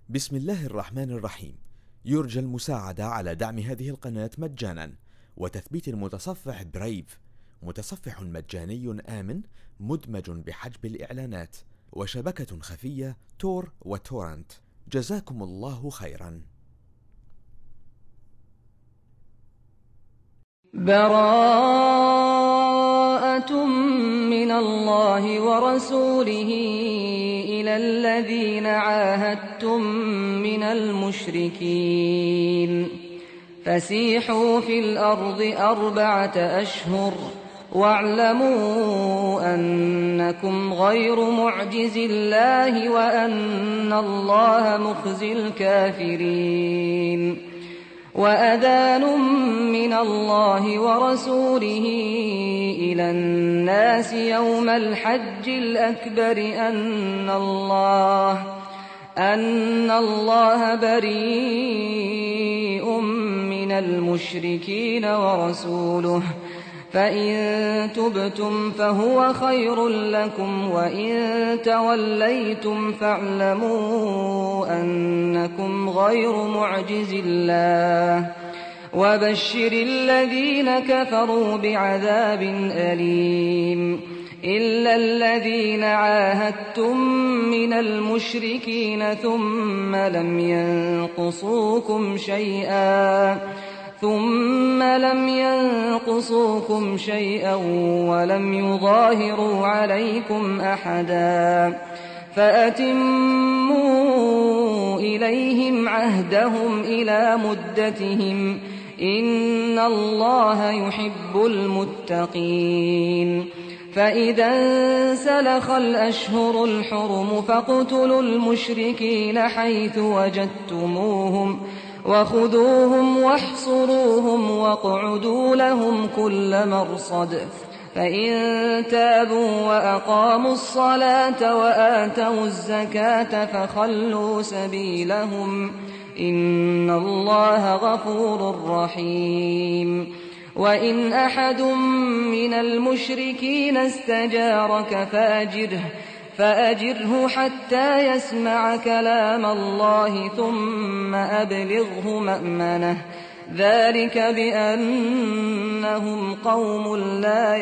بسم الله الرحمن الرحيم. يرجى المساعدة على دعم هذه القناة مجانا وتثبيت المتصفح برايف، متصفح مجاني آمن مدمج بحجب الإعلانات، وشبكة خفية تور وتورنت. جزاكم الله خيرا. براءة من الله ورسوله إلى الذين عاهدتم من المشركين فسيحوا في الأرض 4 أشهر واعلموا أنكم غير معجز الله وأن الله مخزي الكافرين. وأذان من الله ورسوله إلى الناس يوم الحج الأكبر أن الله بريء من المشركين ورسوله، فإن تبتم فهو خير لكم، وإن توليتم فاعلموا أنكم غير معجز الله، وبشر الذين كفروا بعذاب أليم. إلا الذين عاهدتم من المشركين ثم لم ينقصوكم شيئا ولم يظاهروا عليكم أحدا فأتموا إليهم عهدهم إلى مدتهم، إن الله يحب المتقين. فإذا انسلخ الأشهر الحرم فاقتلوا المشركين حيث وجدتموهم وخذوهم واحصروهم واقعدوا لهم كل مرصد، فإن تابوا وأقاموا الصلاة وآتوا الزكاة فخلوا سبيلهم، إن الله غفور رحيم. وإن أحد من المشركين استجارك فأجره حتى يسمع كلام الله ثم أبلغه مأمنه، ذلك بأنهم قوم لا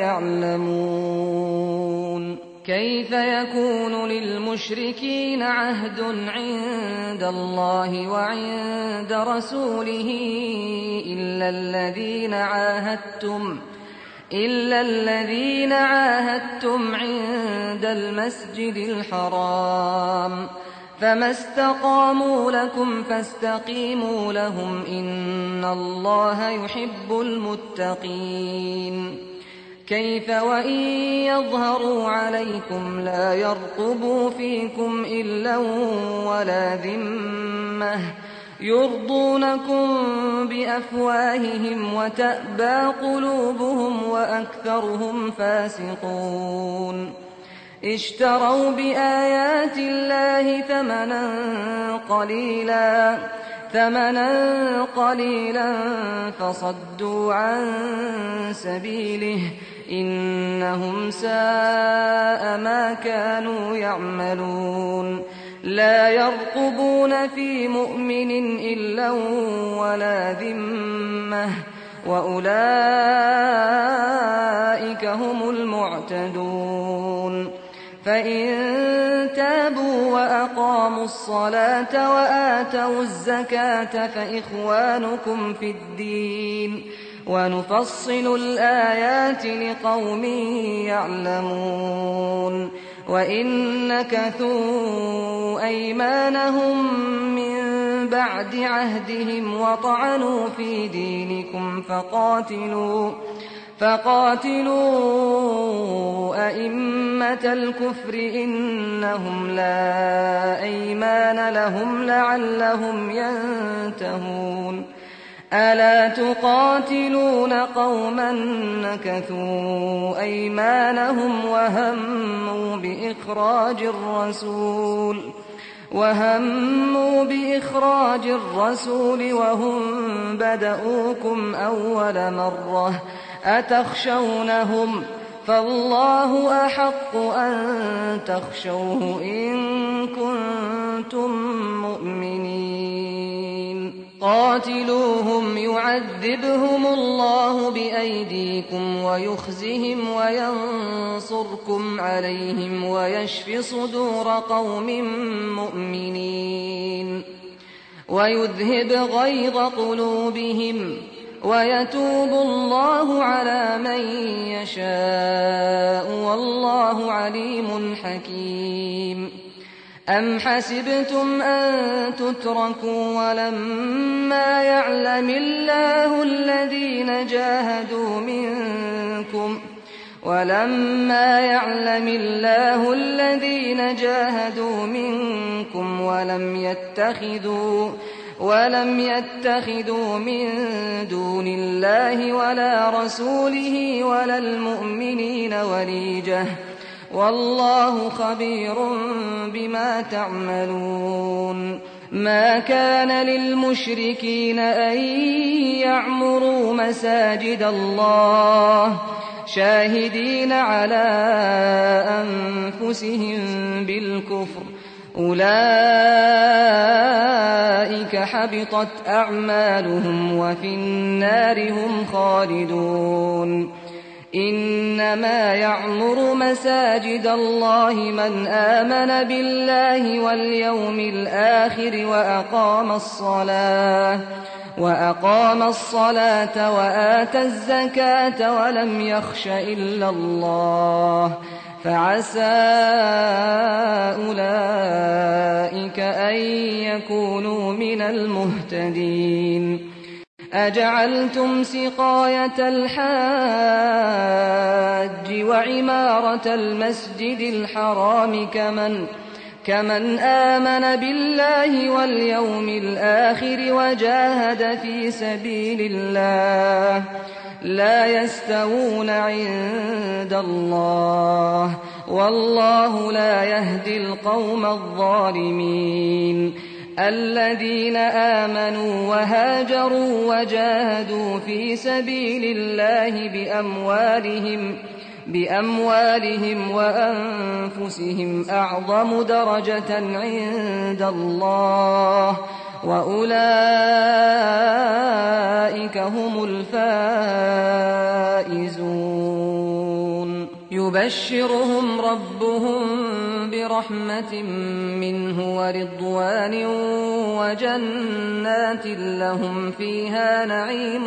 يعلمون. كيف يكون للمشركين عهد عند الله وعند رسوله إلا الذين عاهدتم عند المسجد الحرام، فما استقاموا لكم فاستقيموا لهم، إن الله يحب المتقين. كيف وإن يظهروا عليكم لا يرقبوا فيكم إلا ولا ذمة، يرضونكم بأفواههم وتأبى قلوبهم وأكثرهم فاسقون. اشتروا بآيات الله ثمنا قليلا فصدوا عن سبيله، إنهم ساء ما كانوا يعملون. لا يرقبون في مؤمن إلا ولا ذمة، وأولئك هم المعتدون. فإن تابوا وأقاموا الصلاة وآتوا الزكاة فإخوانكم في الدين، ونفصل الآيات لقوم يعلمون. وإن نكثوا أيمانهم من بعد عهدهم وطعنوا في دينكم فقاتلوا أئمة الكفر إنهم لا أيمان لهم لعلهم ينتهون. ألا تقاتلون قوما نكثوا أيمانهم وهموا بإخراج الرسول وهم بدؤوكم أول مرة، أتخشونهم؟ فالله أحق أن تخشوه إن كنتم مؤمنين. قاتلوهم يعذبهم الله بأيديكم ويخزهم وينصركم عليهم ويشف صدور قوم مؤمنين ويذهب غيظ قلوبهم ويتوب الله على من يشاء والله عليم حكيم. أم حسبتم أن تتركوا ولما يعلم الله الذين جاهدوا منكم ولم يتخذوا من دون الله ولا رسوله ولا المؤمنين وليجة والله خبير بما تعملون. ما كان للمشركين أن يعمروا مساجد الله شاهدين على أنفسهم بالكفر أولئك حبطت أعمالهم وفي النار هم خالدون. إنما يعمر مساجد الله من آمن بالله واليوم الآخر وأقام الصلاة وآتى الزكاة ولم يخش إلا الله فعسى أولئك أن يكونوا من المهتدين. أجعلتم سقاية الحاج وعمارة المسجد الحرام كمن آمن بالله واليوم الآخر وجاهد في سبيل الله لا يستوون عند الله والله لا يهدي القوم الظالمين. الذين آمنوا وهاجروا وجاهدوا في سبيل الله بأموالهم وأنفسهم أعظم درجة عند الله وأولئك هم الفائزون. يبشرهم ربهم برحمة منه ورضوان وجنات لهم فيها نعيم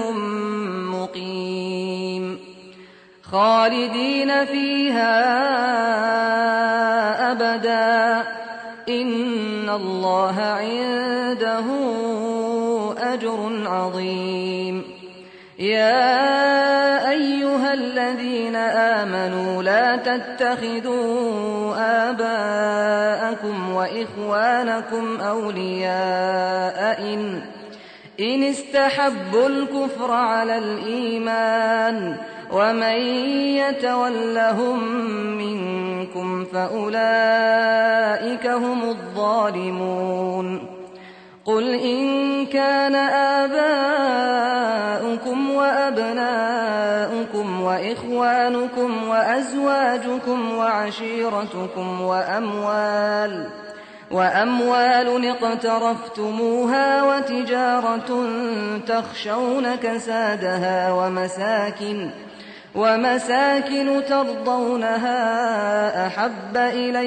مقيم خالدين فيها أبدا إن الله عنده أجر عظيم. يا أيها الذين آمنوا لا تتخذوا آباءكم وإخوانكم أولياء إن استحبوا الكفر على الإيمان ومن يتولهم منكم فأولئك هم الظالمون. قل إن كان آباؤكم وأبناؤكم وإخوانكم وأزواجكم وعشيرتكم وأموال اقترفتموها وتجارة تخشون كسادها ومساكن ترضونها أحب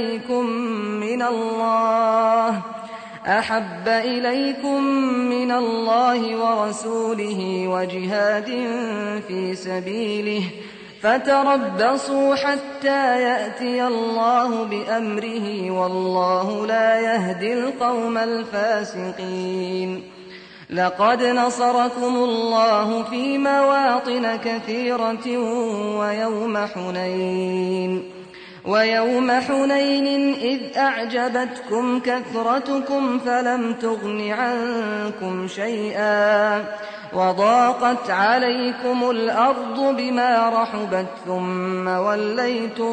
إليكم من الله ورسوله وجهاد في سبيله فتربصوا حتى يأتي الله بأمره والله لا يهدي القوم الفاسقين. لقد نصركم الله في مواطن كثيرة ويوم حنين إذ أعجبتكم كثرتكم فلم تغن عنكم شيئا وضاقت عليكم الأرض بما رحبت ثم وليتم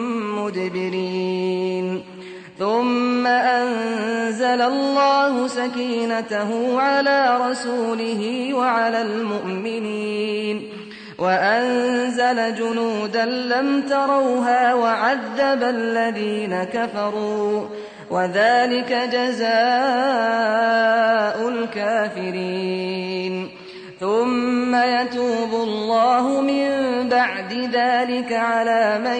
مدبرين. ثم أنزل الله سكينته على رسوله وعلى المؤمنين وأنزل جنودا لم تروها وعذب الذين كفروا وذلك جزاء الكافرين. ذلك على من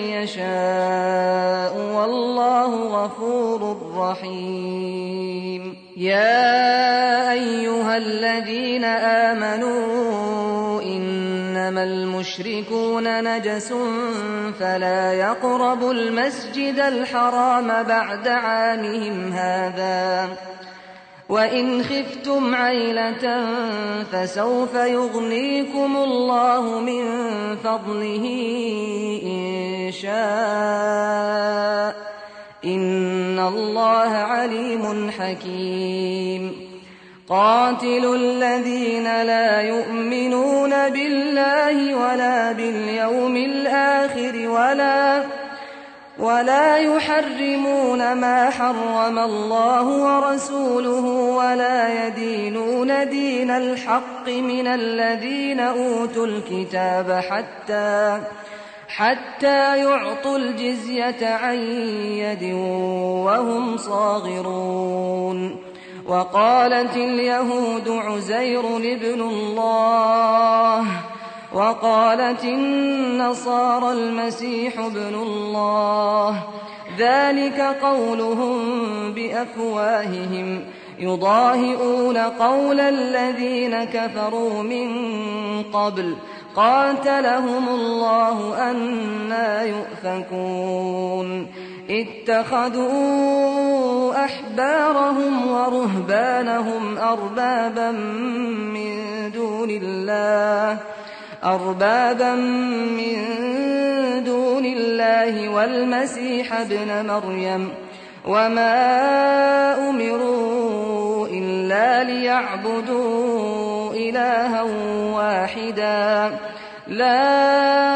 يشاء والله غفور رحيم. يا أيها الذين آمنوا إنما المشركون نجس فلا يقربوا المسجد الحرام بعد عامهم هذا وإن خفتم عيلة فسوف يغنيكم الله من فضله إن شاء إن الله عليم حكيم. قاتلوا الذين لا يؤمنون بالله ولا باليوم الآخر ولا يحرمون ما حرم الله ورسوله ولا يدينون دين الحق من الذين أوتوا الكتاب حتى يعطوا الجزية عن يد وهم صاغرون. وقالت اليهود عزير ابن الله وقالت النصارى المسيح ابن الله ذلك قولهم بأفواههم يضاهئون قول الذين كفروا من قبل قاتلهم الله أنى يؤفكون. اتخذوا أحبارهم ورهبانهم أربابا من دون الله والمسيح ابن مريم وما أمروا إلا ليعبدوا إلها واحدا لا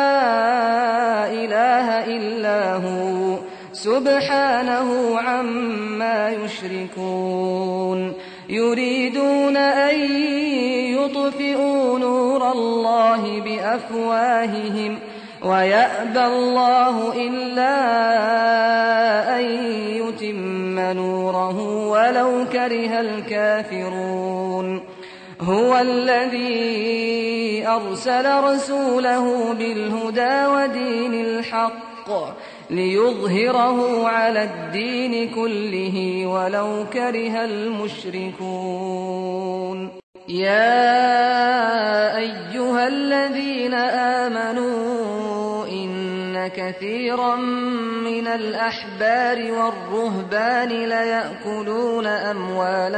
إله إلا هو سبحانه عما يشركون. يريدون أن يطفئوا نور الله بأفواههم ويأبى الله إلا أن يتم نوره ولو كره الكافرون. هو الذي أرسل رسوله بالهدى ودين الحق ليظهره على الدين كله ولو كره المشركون. يا أيها الذين آمنوا إن كثيرا من الأحبار والرهبان ليأكلون أموال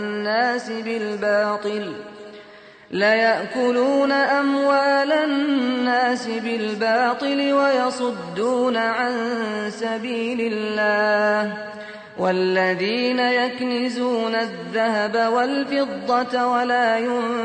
الناس بالباطل ويصدون عن سبيل الله. والذين يكنزون الذهب والفضة ولا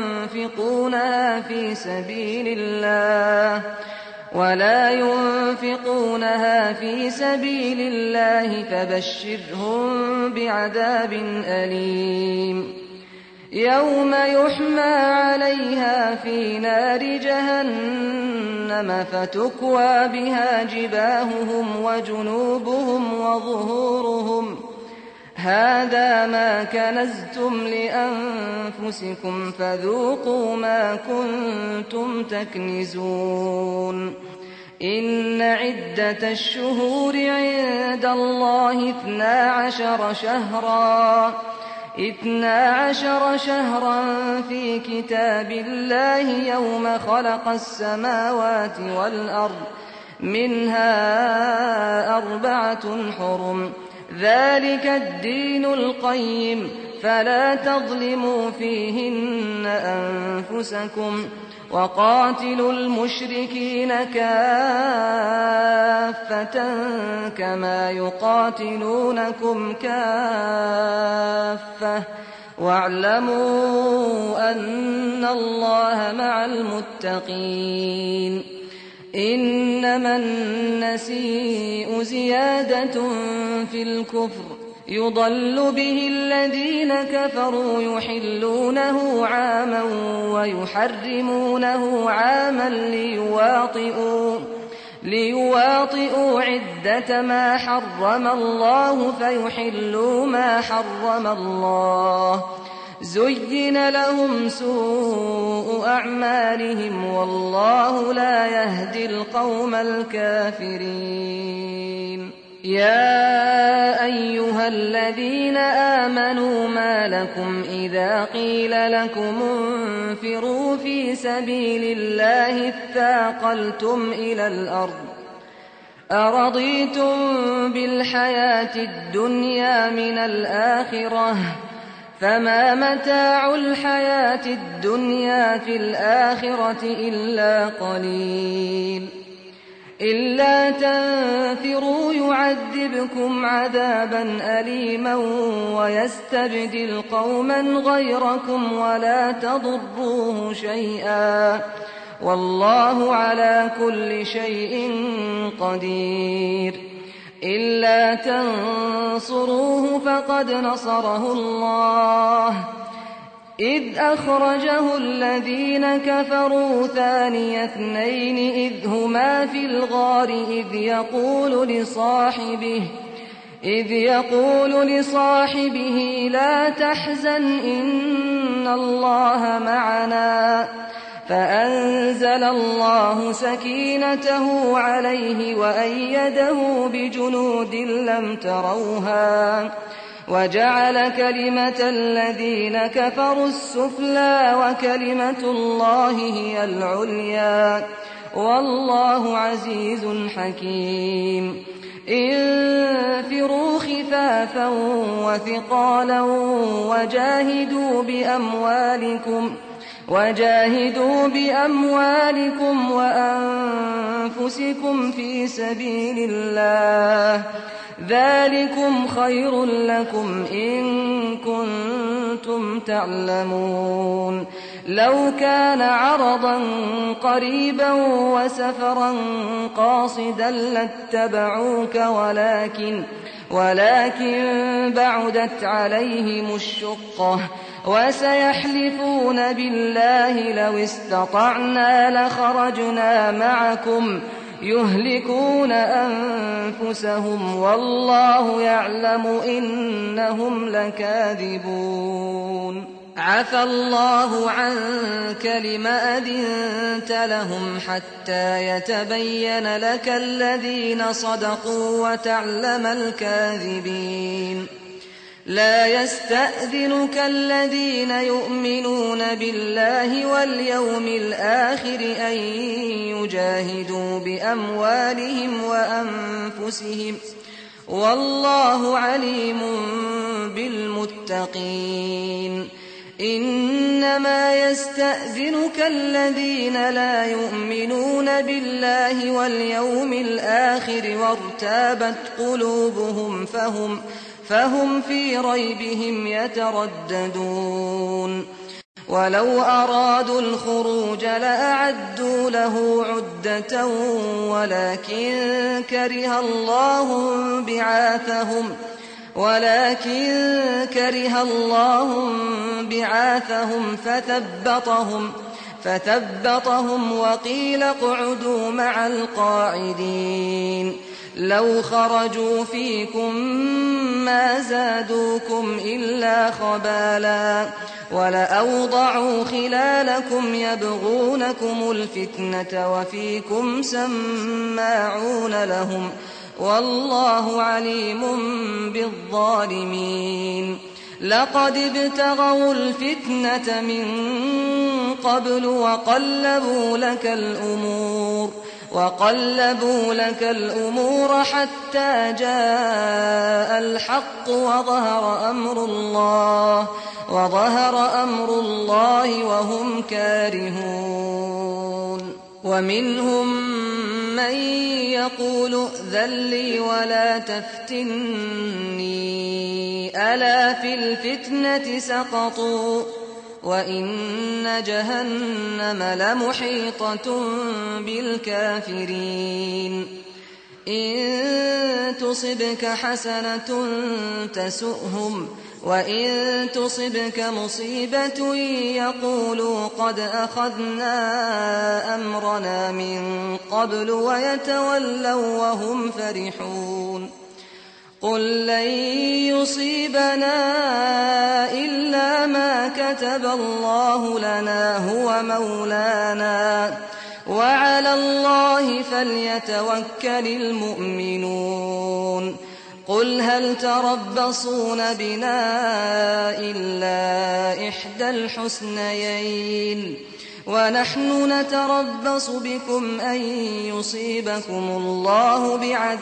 ينفقونها في سبيل الله فبشرهم بعذاب أليم. يوم يحمى عليها في نار جهنم فتكوى بها جباههم وجنوبهم وظهورهم هذا ما كنزتم لأنفسكم فذوقوا ما كنتم تكنزون. إن عدة الشهور عند الله 12 شهرا في كتاب الله يوم خلق السماوات والأرض منها 4 حرم ذلك الدين القيم فلا تظلموا فيهن أنفسكم وقاتلوا المشركين كافة كما يقاتلونكم كافة واعلموا أن الله مع المتقين. إنما النسيء زيادة في الكفر يضل به الذين كفروا يحلونه عاما ويحرمونه عاما ليواطئوا عدة ما حرم الله فيحلوا ما حرم الله زين لهم سوء أعمالهم والله لا يهدي القوم الكافرين. يا أيها الذين آمنوا ما لكم إذا قيل لكم انفروا في سبيل الله اثاقلتم إلى الأرض أرضيتم بالحياة الدنيا من الآخرة فما متاع الحياة الدنيا في الآخرة إلا قليل. إلا تنفروا يعذبكم عذابا أليما ويستبدل قوما غيركم ولا تضروه شيئا والله على كل شيء قدير. إلا تنصروه فقد نصره الله إذ أخرجه الذين كفروا ثاني اثنين إذ هما في الغار إذ يقول لصاحبه لا تحزن إن الله معنا فأنزل الله سكينته عليه وأيده بجنود لم تروها وجعل كلمة الذين كفروا السفلى وكلمة الله هي العليا والله عزيز حكيم. انفروا خفافا وثقالا وجاهدوا بأموالكم وأنفسكم في سبيل الله ذلكم خير لكم إن كنتم تعلمون. لو كان عرضا قريبا وسفرا قاصدا لاتبعوك ولكن بعدت عليهم الشقة وسيحلفون بالله لو استطعنا لخرجنا معكم يهلكون أنفسهم والله يعلم إنهم لكاذبون. عفى الله عنك لما أذنت لهم حتى يتبين لك الذين صدقوا وتعلم الكاذبين. لا يستأذنك الذين يؤمنون بالله واليوم الآخر أن يجاهدوا بأموالهم وأنفسهم والله عليم بالمتقين. إنما يستأذنك الذين لا يؤمنون بالله واليوم الآخر وارتابت قلوبهم فهم في ريبهم يترددون. ولو أرادوا الخروج لأعدوا له عدة ولكن كره الله بعاثهم فثبطهم وقيل اقعدوا مع القاعدين. لو خرجوا فيكم ما زادوكم إلا خبالا ولأوضعوا خلالكم يبغونكم الفتنة وفيكم سماعون لهم والله عليم بالظالمين. لقد ابتغوا الفتنة من قبل وقلبوا لك الأمور حتى جاء الحق وظهر أمر الله وهم كارهون. ومنهم من يقول ائذن لي ولا تفتني ألا في الفتنة سقطوا وإن جهنم لمحيطة بالكافرين. إن تصبك حسنة تسؤهم وإن تصبك مصيبة يقولوا قد أخذنا أمرنا من قبل ويتولوا وهم فرحون. قل لن يصيبنا إلا ما كتب الله لنا هو مولانا وعلى الله فليتوكل المؤمنون قل هل تربصون بنا إلا إحدى الحسنيين ونحن نتربص بكم أن يصيبكم الله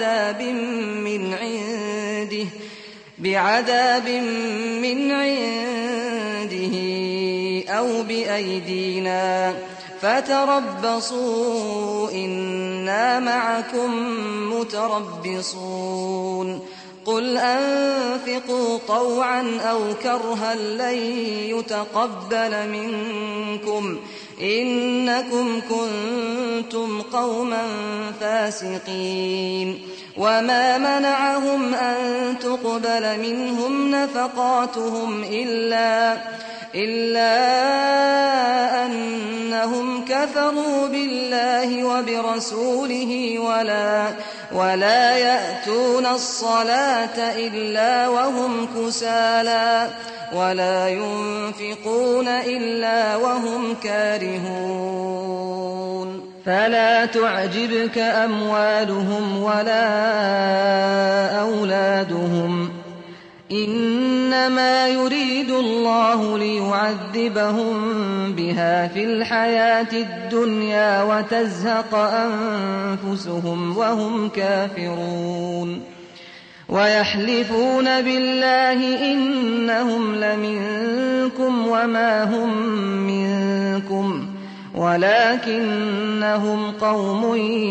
بعذاب من عنده أو بأيدينا فتربصوا إنا معكم متربصون قل أنفقوا طوعا أو كرها لن يتقبل منكم إنكم كنتم قوما فاسقين وما منعهم أن تقبل منهم نفقاتهم إلا أنهم كفروا بالله وبرسوله ولا يأتون الصلاة إلا وهم كسالى ولا ينفقون إلا وهم كارهون فلا تعجبك أموالهم ولا أولادهم إنما يريد الله ليعذبهم بها في الحياة الدنيا وتزهق أنفسهم وهم كافرون ويحلفون بالله إنهم لمنكم وما هم منكم ولكنهم قوم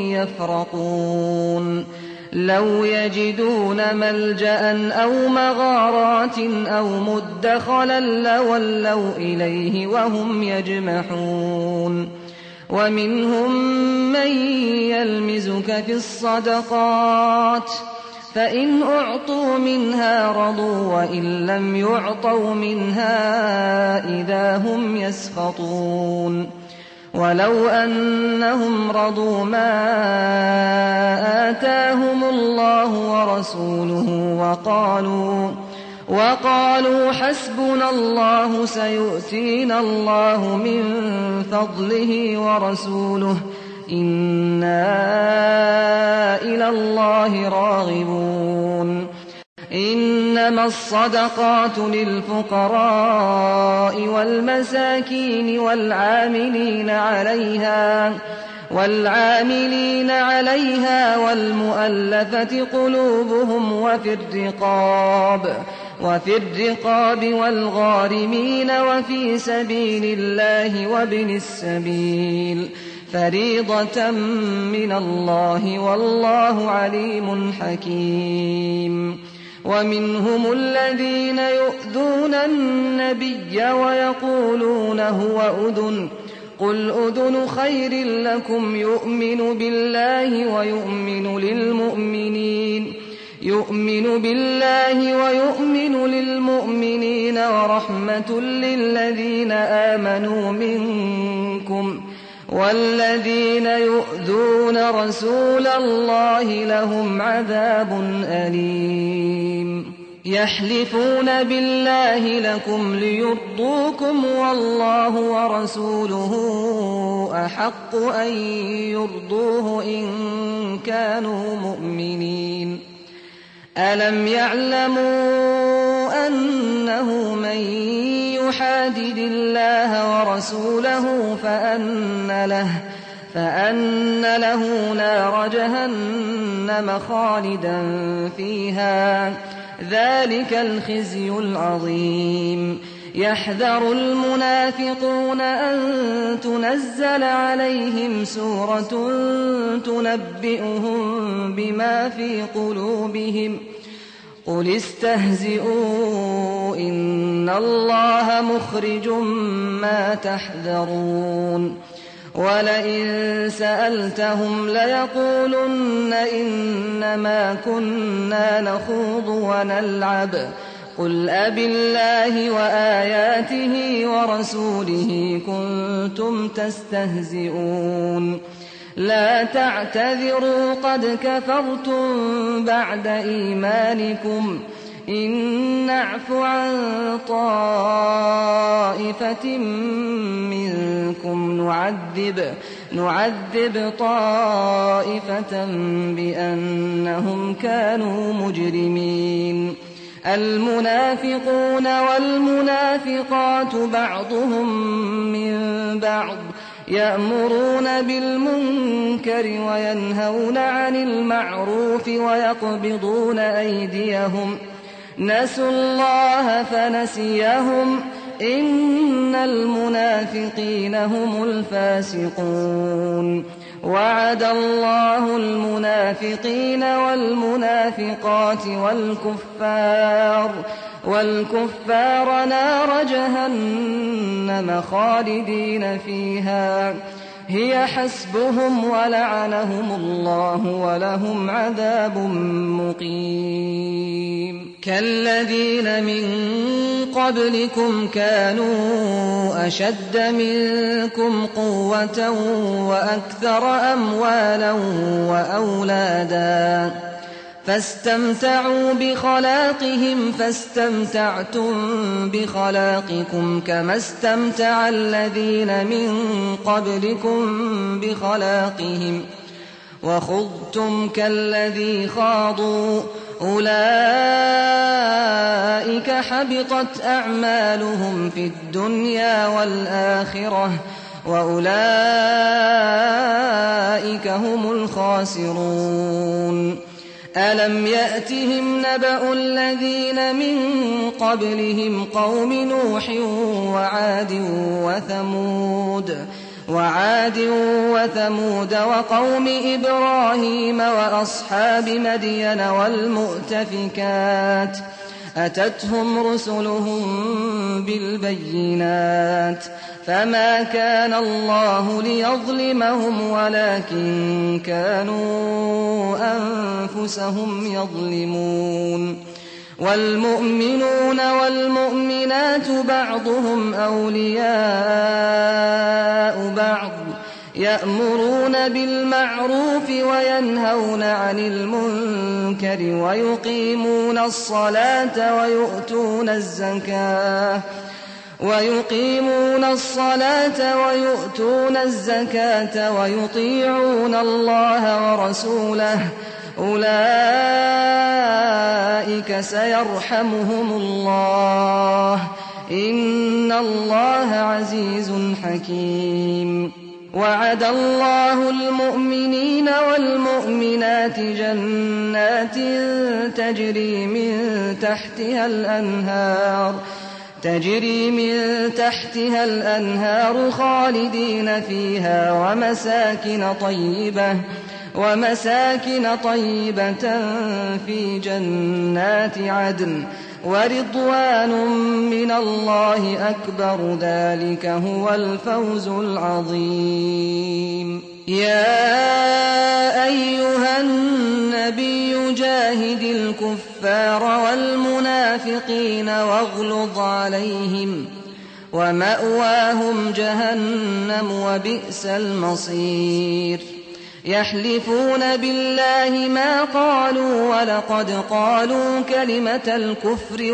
يفرقون لو يجدون ملجأ أو مغارات أو مدخلا لولوا إليه وهم يجمحون ومنهم من يلمزك في الصدقات فإن أعطوا منها رضوا وإن لم يعطوا منها إذا هم يسخطون ولو أنهم رضوا ما آتاهم الله ورسوله وقالوا حسبنا الله سيؤتينا الله من فضله ورسوله إنا إلى الله راغبون إنما الصدقات للفقراء والمساكين والعاملين عليها والمؤلفة قلوبهم وفي الرقاب والغارمين وفي سبيل الله وابن السبيل فريضة من الله والله عليم حكيم ومنهم الذين يؤذون النبي ويقولون هو أذن قل أذن خير لكم يؤمن بالله ويؤمن للمؤمنين ورحمة للذين آمنوا منكم والذين يؤذون رسول الله لهم عذاب أليم يحلفون بالله لكم ليرضوكم والله ورسوله أحق أن يرضوه إن كانوا مؤمنين ألم يعلموا أنه من يحادد الله ورسوله فأن له نار جهنم خالدا فيها ذلك الخزي العظيم يحذر المنافقون أن تنزل عليهم سورة تنبئهم بما في قلوبهم قل استهزئوا إن الله مخرج ما تحذرون ولئن سألتهم ليقولن إنما كنا نخوض ونلعب قل أبالله وآياته ورسوله كنتم تستهزئون لا تعتذروا قد كفرتم بعد إيمانكم إن نعف عن طائفة منكم نعذب طائفة بأنهم كانوا مجرمين المنافقون والمنافقات بعضهم من بعض يأمرون بالمنكر وينهون عن المعروف ويقبضون أيديهم نسوا الله فنسيهم إن المنافقين هم الفاسقون وعد الله المنافقين والمنافقات والكفار نار جهنم خالدين فيها هي حسبهم ولعنهم الله ولهم عذاب مقيم كالذين من قبلكم كانوا أشد منكم قوة وأكثر أموالا وأولادا فاستمتعوا بخلاقهم فاستمتعتم بخلاقكم كما استمتع الذين من قبلكم بخلاقهم وخضتم كالذي خاضوا أولئك حبطت أعمالهم في الدنيا والآخرة وأولئك هم الخاسرون ألم يأتهم نبأ الذين من قبلهم قوم نوح وعاد وثمود وقوم إبراهيم وأصحاب مدين والمؤتفكات أتتهم رسلهم بالبينات فما كان الله ليظلمهم ولكن كانوا أنفسهم يظلمون والمؤمنون والمؤمنات بعضهم أولياء بعض يأمرون بالمعروف وينهون عن المنكر ويقيمون الصلاة ويؤتون الزكاة ويطيعون الله ورسوله أولئك سيرحمهم الله إن الله عزيز حكيم وعد الله المؤمنين والمؤمنات جنات تجري من تحتها الأنهار خالدين فيها ومساكن طيبة في جنات عدن ورضوان من الله أكبر ذلك هو الفوز العظيم يا أيها النبي جاهد الكفار والمنافقين واغلظ عليهم ومأواهم جهنم وبئس المصير يحلفون بالله ما قالوا ولقد قالوا كلمة الكفر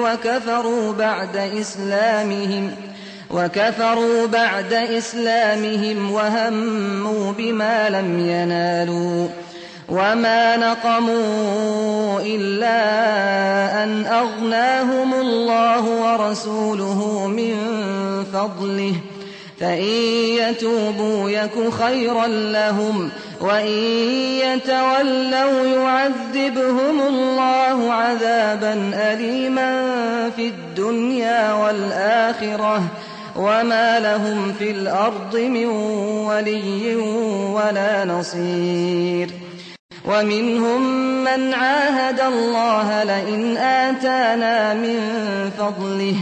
وكفروا بعد إسلامهم وهموا بما لم ينالوا وما نقموا إلا أن أغناهم الله ورسوله من فضله فإن يتوبوا يك خيرا لهم وإن يتولوا يعذبهم الله عذابا أليما في الدنيا والآخرة وما لهم في الأرض من ولي ولا نصير ومنهم من عاهد الله لئن آتانا من فضله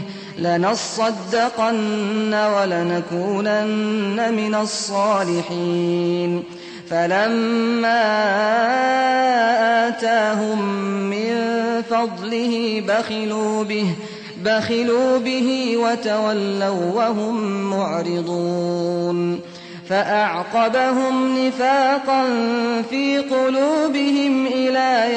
لنصدقن ولنكونن من الصالحين فلما آتاهم من فضله بخلوا به وتولوا وهم معرضون فأعقبهم نفاقا في قلوبهم إلى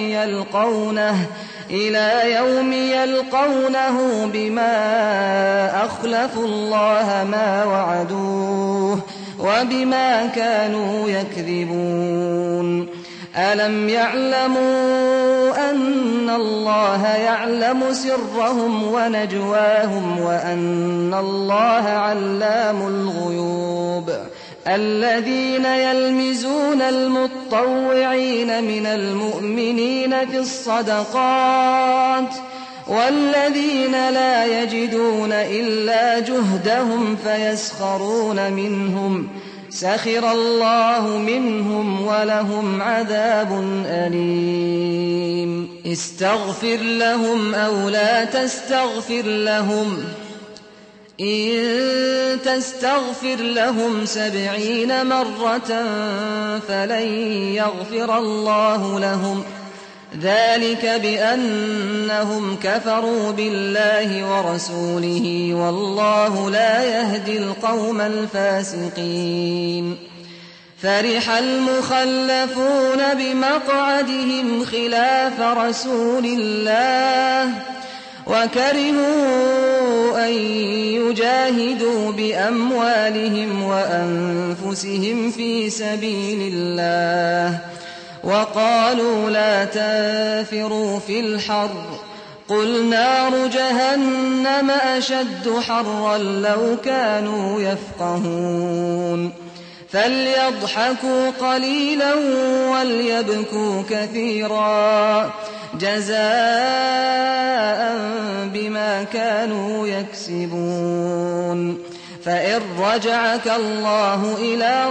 يوم يلقونه بما أخلفوا الله ما وعدوه وبما كانوا يكذبون. ألم يعلموا أن الله يعلم سرهم ونجواهم وأن الله علام الغيوب. الذين يلمزون المطوعين من المؤمنين في الصدقات والذين لا يجدون إلا جهدهم فيسخرون منهم سخر الله منهم ولهم عذاب أليم. استغفر لهم أو لا تستغفر لهم إن تستغفر لهم 70 مرة فلن يغفر الله لهم ذلك بأنهم كفروا بالله ورسوله والله لا يهدي القوم الفاسقين. فرح المخلفون بمقعدهم خلاف رسول الله وكرهوا أن يجاهدوا بأموالهم وأنفسهم في سبيل الله وقالوا لا تنفروا في الحر قل نار جهنم أشد حرا لو كانوا يفقهون. فليضحكوا قليلا وليبكوا كثيرا جزاء بما كانوا يكسبون. فإن رجعك الله إلى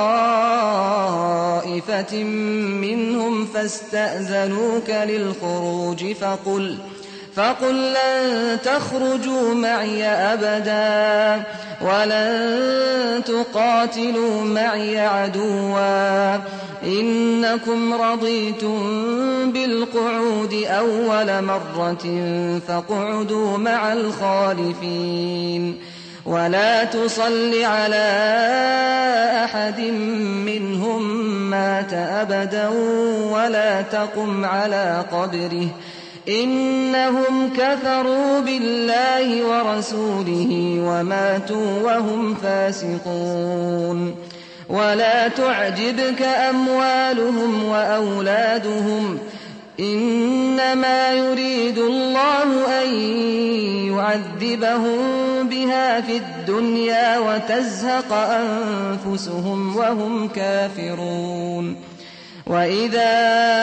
طائفة منهم فاستأذنوك للخروج فقل لن تخرجوا معي أبدا ولن تقاتلوا معي عدوا إنكم رضيتم بالقعود أول مرة فاقعدوا مع الخالفين ولا تصل على أحد منهم مات أبدا ولا تقم على قبره إنهم كفروا بالله ورسوله وماتوا وهم فاسقون. ولا تعجبك أموالهم وأولادهم إنما يريد الله أن يعذبهم بها في الدنيا وتزهق أنفسهم وهم كافرون. وإذا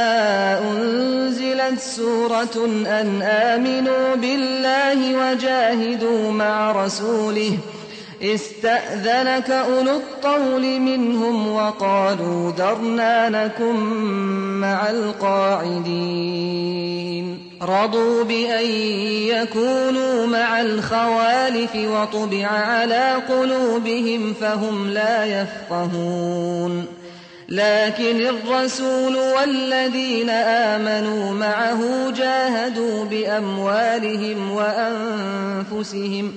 أنزلت سورة أن آمنوا بالله وجاهدوا مع رسوله استأذنك أولو الطول منهم وقالوا ذرنا نكن مع القاعدين. رضوا بأن يكونوا مع الخوالف وطبع على قلوبهم فهم لا يفقهون. لكن الرسول والذين آمنوا معه جاهدوا بأموالهم وأنفسهم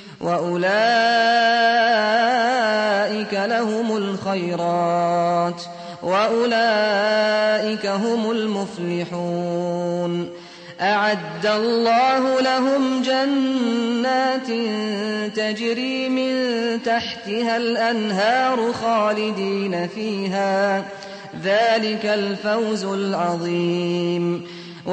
وأولئك لهم الخيرات وأولئك هم المفلحون. أعد الله لهم جنات تجري من تحتها الأنهار خالدين فيها ذلك الفوز العظيم.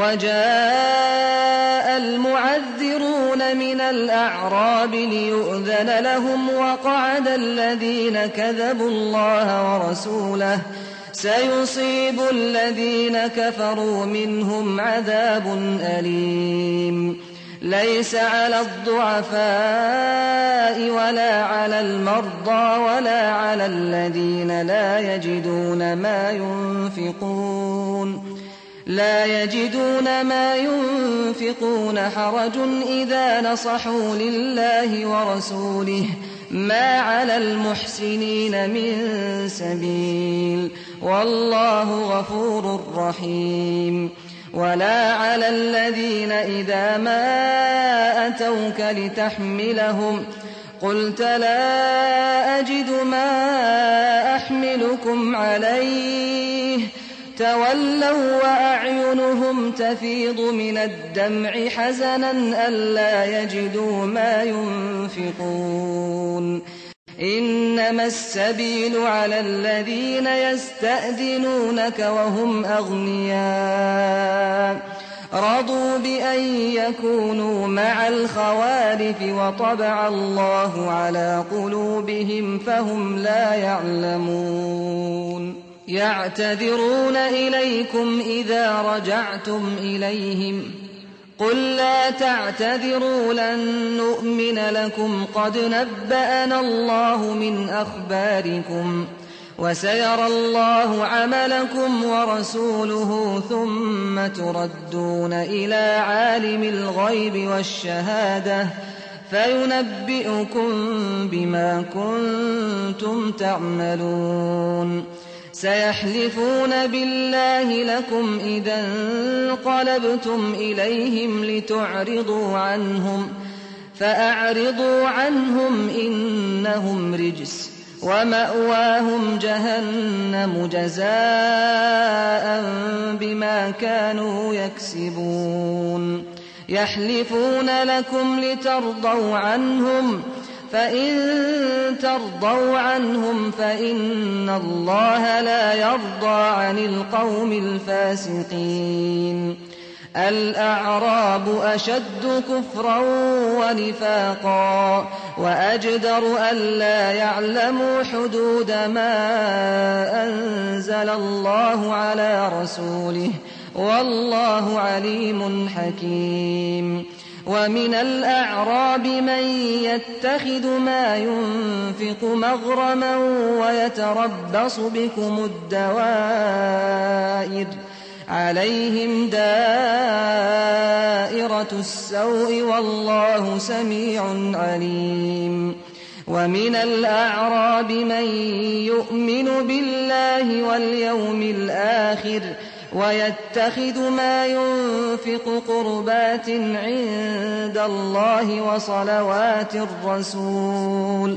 وجاء المعذرون من الأعراب ليؤذن لهم وقعد الذين كذبوا الله ورسوله سيصيب الذين كفروا منهم عذاب أليم. ليس على الضعفاء ولا على المرضى ولا على الذين لا يجدون ما ينفقون حرج إذا نصحوا لله ورسوله ما على المحسنين من سبيل والله غفور رحيم. ولا على الذين إذا ما أتوك لتحملهم قلت لا أجد ما أحملكم عليه تولوا وأعينهم تفيض من الدمع حزنا ألا يجدوا ما ينفقون إنما السبيل على الذين يستأذنونك وهم أغنياء رضوا بأن يكونوا مع الخوالف وطبع الله على قلوبهم فهم لا يعلمون يعتذرون إليكم إذا رجعتم إليهم قل لا تعتذروا لن نؤمن لكم قد نبأنا الله من أخباركم وسيرى الله عملكم ورسوله ثم تردون إلى عالم الغيب والشهادة فينبئكم بما كنتم تعملون سيحلفون بالله لكم إذا انقلبتم إليهم لتعرضوا عنهم فأعرضوا عنهم إنهم رجس ومأواهم جهنم جزاء بما كانوا يكسبون يحلفون لكم لترضوا عنهم فإن ترضوا عنهم فإن الله لا يرضى عن القوم الفاسقين الأعراب أشد كفرا ونفاقا وأجدر ألا يعلموا حدود ما أنزل الله على رسوله والله عليم حكيم ومن الأعراب من يتخذ ما ينفق مغرما ويتربص بكم الدوائر عليهم دائرة السوء والله سميع عليم ومن الأعراب من يؤمن بالله واليوم الآخر ويتخذ ما ينفق قربات عند الله وصلوات الرسول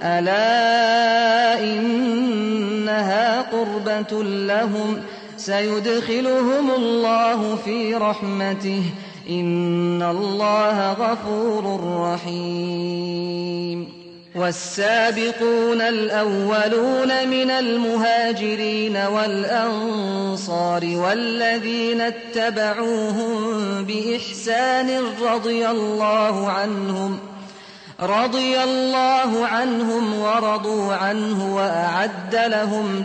ألا إنها قربة لهم سيدخلهم الله في رحمته إن الله غفور رحيم والسابقون الأولون من المهاجرين والأنصار والذين اتبعوهم بإحسان رضي الله عنهم ورضوا عنه وأعد لهم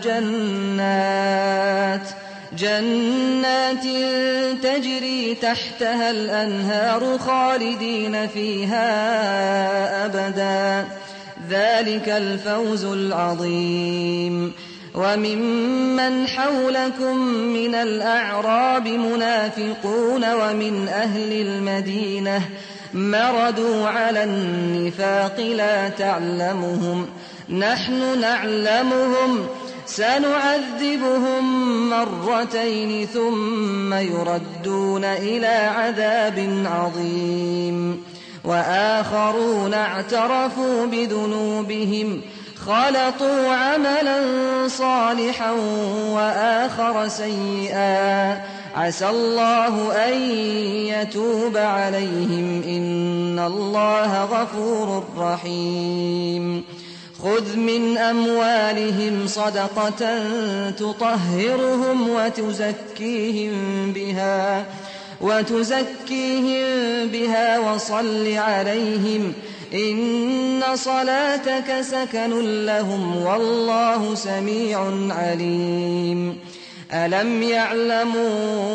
جنات تجري تحتها الأنهار خالدين فيها أبدا ذلك الفوز العظيم وممن حولكم من الأعراب منافقون ومن أهل المدينة مردوا على النفاق لا تعلمهم نحن نعلمهم سنعذبهم مرتين ثم يردون إلى عذاب عظيم وآخرون اعترفوا بذنوبهم خلطوا عملا صالحا وآخر سيئا عسى الله أن يتوب عليهم إن الله غفور رحيم خذ من أموالهم صدقة تطهرهم وتزكيهم بها وصل عليهم إن صلاتك سكن لهم والله سميع عليم ألم يعلموا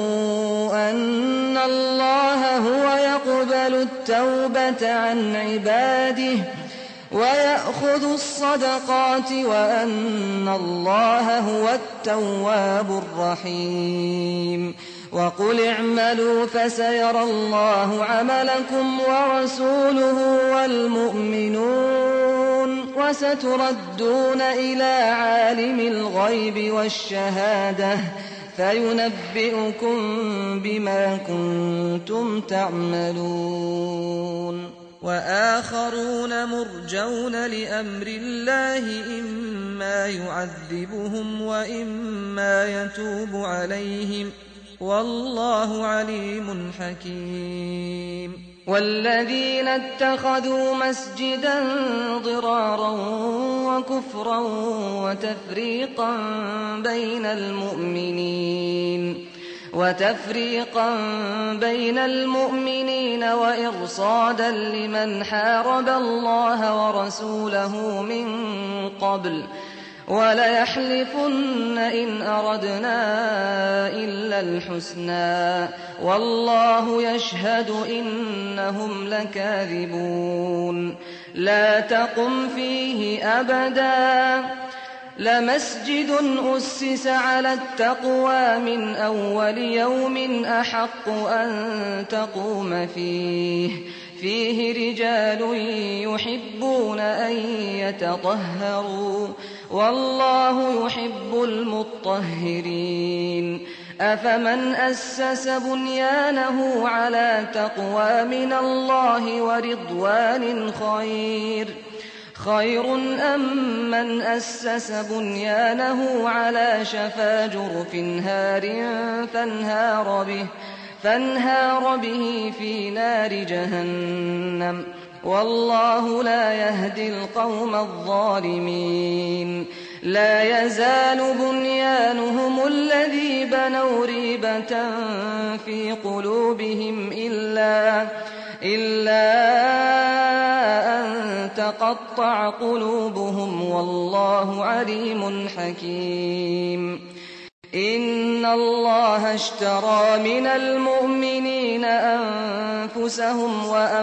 أن الله هو يقبل التوبة عن عباده ويأخذ الصدقات وأن الله هو التواب الرحيم وقل اعملوا فسيرى الله عملكم ورسوله والمؤمنون وستردون إلى عالم الغيب والشهادة فينبئكم بما كنتم تعملون وآخرون مرجون لأمر الله إما يعذبهم وإما يتوب عليهم والله عليم حكيم والذين اتخذوا مسجدا ضرارا وكفرا وتفريقا بين المؤمنين وإرصادا لمن حارب الله ورسوله من قبل وليحلفن إن أردنا إلا الحسنى والله يشهد إنهم لكاذبون لا تقم فيه أبدا لمسجد أسس على التقوى من أول يوم أحق أن تقوم فيه رجال يحبون أن يتطهروا والله يحب المطهرين أفمن أسس بنيانه على تقوى من الله ورضوان خير أم من أسس بنيانه على شفا جرف هار فانهار به في نار جهنم والله لا يهدي القوم الظالمين لا يزال بنيانهم الذي بنوا ريبة في قلوبهم إلا أن تقطع قلوبهم والله عليم حكيم إن الله اشترى من المؤمنين أنفسهم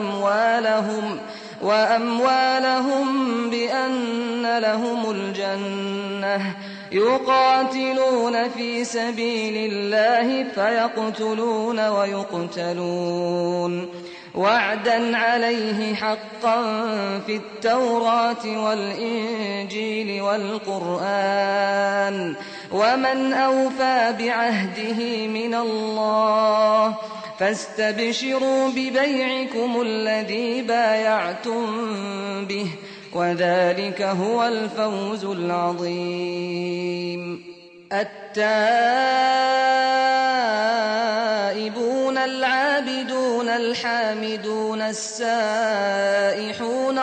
وأموالهم بأن لهم الجنة يقاتلون في سبيل الله فيقتلون ويقتلون وعدا عليه حقا في التوراة والإنجيل والقرآن ومن أوفى بعهده من الله فاستبشروا ببيعكم الذي بايعتم به وذلك هو الفوز العظيم التائبون العابدون الحامدون السائحون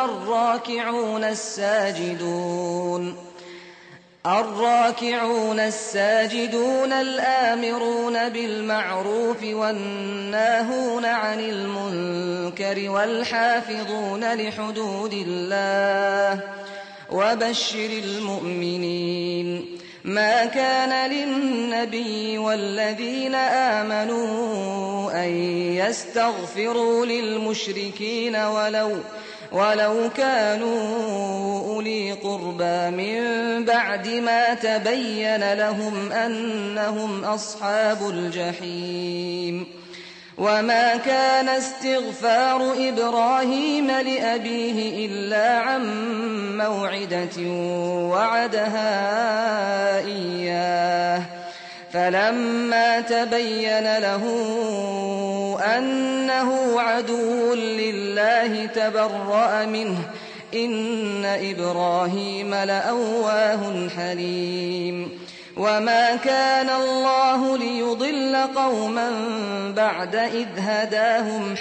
الراكعون الساجدون الآمرون بالمعروف والناهون عن المنكر والحافظون لحدود الله وبشر المؤمنين ما كان للنبي والذين آمنوا أن يستغفروا للمشركين ولو كانوا أولي قربى من بعد ما تبين لهم أنهم أصحاب الجحيم وما كان استغفار إبراهيم لأبيه إلا عن موعدة وعدها إياه فلما تبين له أنه عدو لله تبرأ منه إن إبراهيم لأواه حليم وما كان الله ليضل قوما بعد إذ هداهم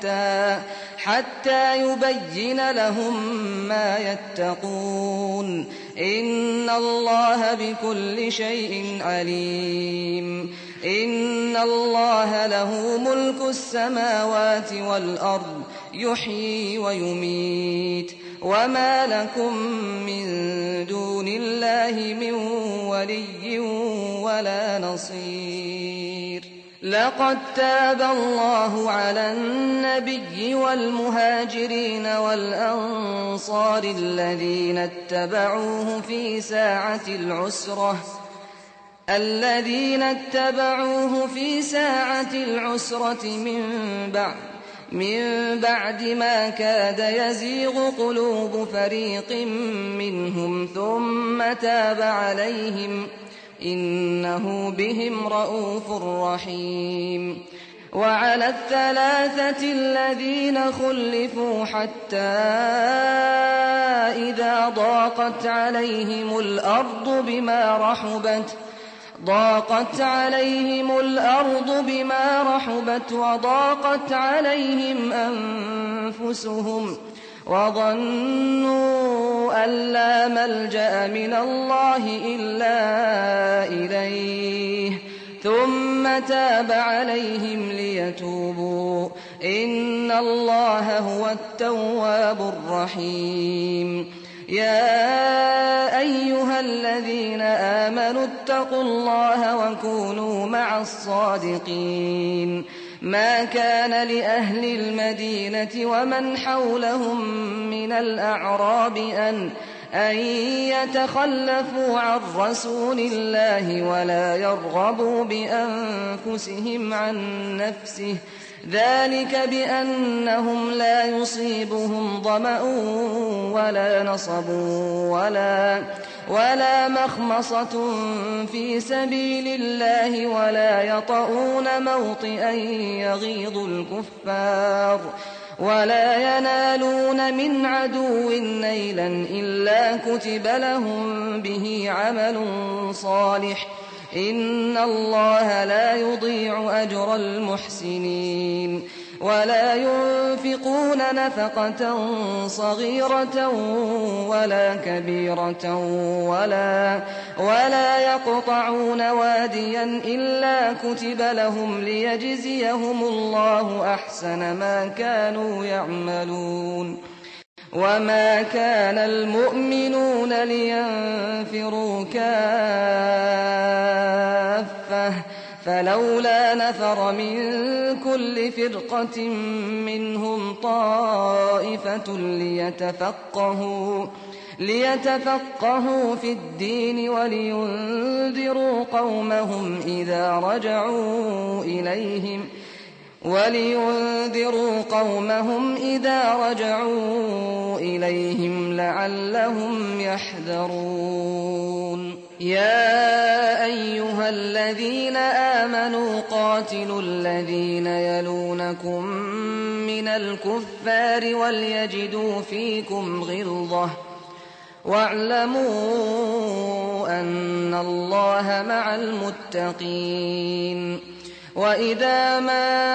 حتى يبين لهم ما يتقون إن الله بكل شيء عليم إن الله له ملك السماوات والأرض يحيي ويميت وما لكم من دون الله من ولي ولا نصير لقد تاب الله على النبي والمهاجرين والأنصار الذين اتبعوه في ساعة العسرة من بعد ما كاد يزيغ قلوب فريق منهم ثم تاب عليهم إنه بهم رءوف رحيم وعلى الثلاثة الذين خلفوا حتى إذا ضاقت عليهم الأرض بما رحبت وضاقت عليهم أنفسهم وظنوا أن لا ملجأ من الله إلا إليه ثم تاب عليهم ليتوبوا إن الله هو التواب الرحيم يا أيها الذين آمنوا اتقوا الله وكونوا مع الصادقين ما كان لأهل المدينة ومن حولهم من الأعراب أن يتخلفوا عن رسول الله ولا يرغبوا بأنفسهم عن نفسه ذلك بأنهم لا يصيبهم ظمأ ولا نصب ولا مخمصة في سبيل الله ولا يطؤون موطئا يغيظ الكفار ولا ينالون من عدو نيلا إلا كتب لهم به عمل صالح إن الله لا يضيع أجر المحسنين ولا ينفقون نفقة صغيرة ولا كبيرة ولا يقطعون واديا إلا كتب لهم ليجزيهم الله أحسن ما كانوا يعملون وما كان المؤمنون لينفروا كافة فلولا نفر من كل فرقة منهم طائفة ليتفقهوا في الدين ولينذروا قومهم إذا رجعوا إليهم لعلهم يحذرون يا أيها الذين آمنوا قاتلوا الذين يلونكم من الكفار وليجدوا فيكم غلظة واعلموا أن الله مع المتقين وإذا ما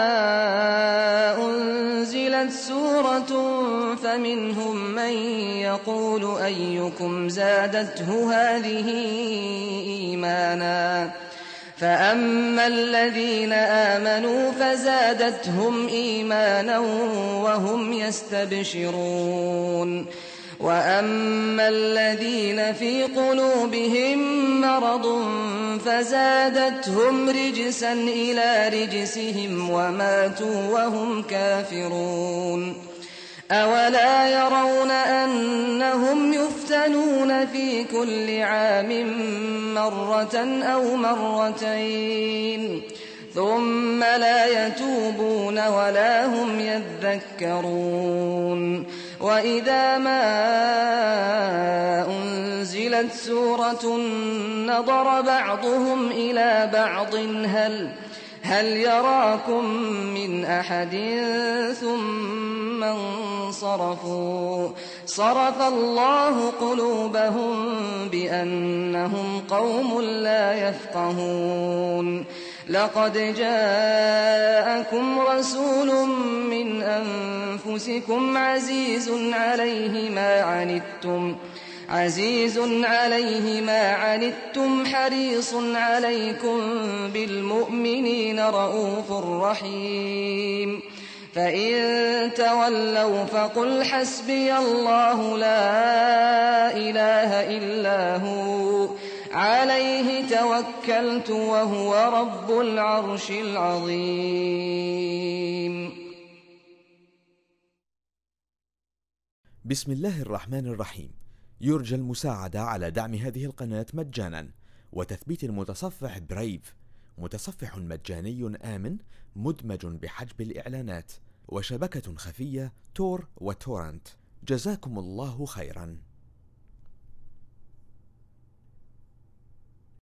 أنزلت سورة فمنهم من يقول أيكم زادته هذه إيمانا فأما الذين آمنوا فزادتهم إيمانا وهم يستبشرون وأما الذين في قلوبهم مرض فزادتهم رجسا إلى رجسهم وماتوا وهم كافرون أولا يرون أنهم يفتنون في كل عام مرة أو مرتين ثم لا يتوبون ولا هم يذكرون وإذا ما أنزلت سورة نظر بعضهم إلى بعض هل يراكم من أحد ثم انصرفوا صرف الله قلوبهم بأنهم قوم لا يفقهون لقد جاءكم رسول من أنفسكم عزيز عليه ما عنتم حريص عليكم بالمؤمنين رءوف رحيم فإن تولوا فقل حسبي الله لا إله إلا هو عليه توكلت وهو رب العرش العظيم. بسم الله الرحمن الرحيم. يرجى المساعدة على دعم هذه القناة مجانا وتثبيت المتصفح برايف، متصفح مجاني آمن مدمج بحجب الإعلانات، وشبكة خفية تور وتورنت. جزاكم الله خيرا.